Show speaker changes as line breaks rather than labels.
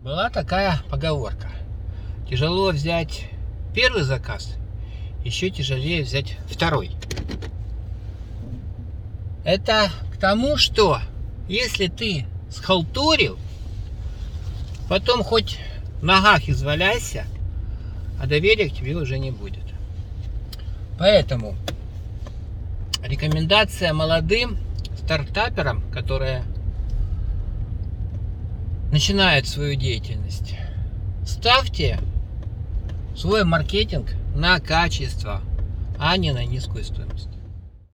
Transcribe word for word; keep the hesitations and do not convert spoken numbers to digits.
Была такая поговорка: тяжело взять первый заказ, еще тяжелее взять второй. Это к тому, что если ты схалтурил, потом хоть в ногах изваляйся, а доверия к тебе уже не будет. Поэтому рекомендация молодым стартаперам, которые начинают свою деятельность: ставьте свой маркетинг на качество, а не на низкую стоимость.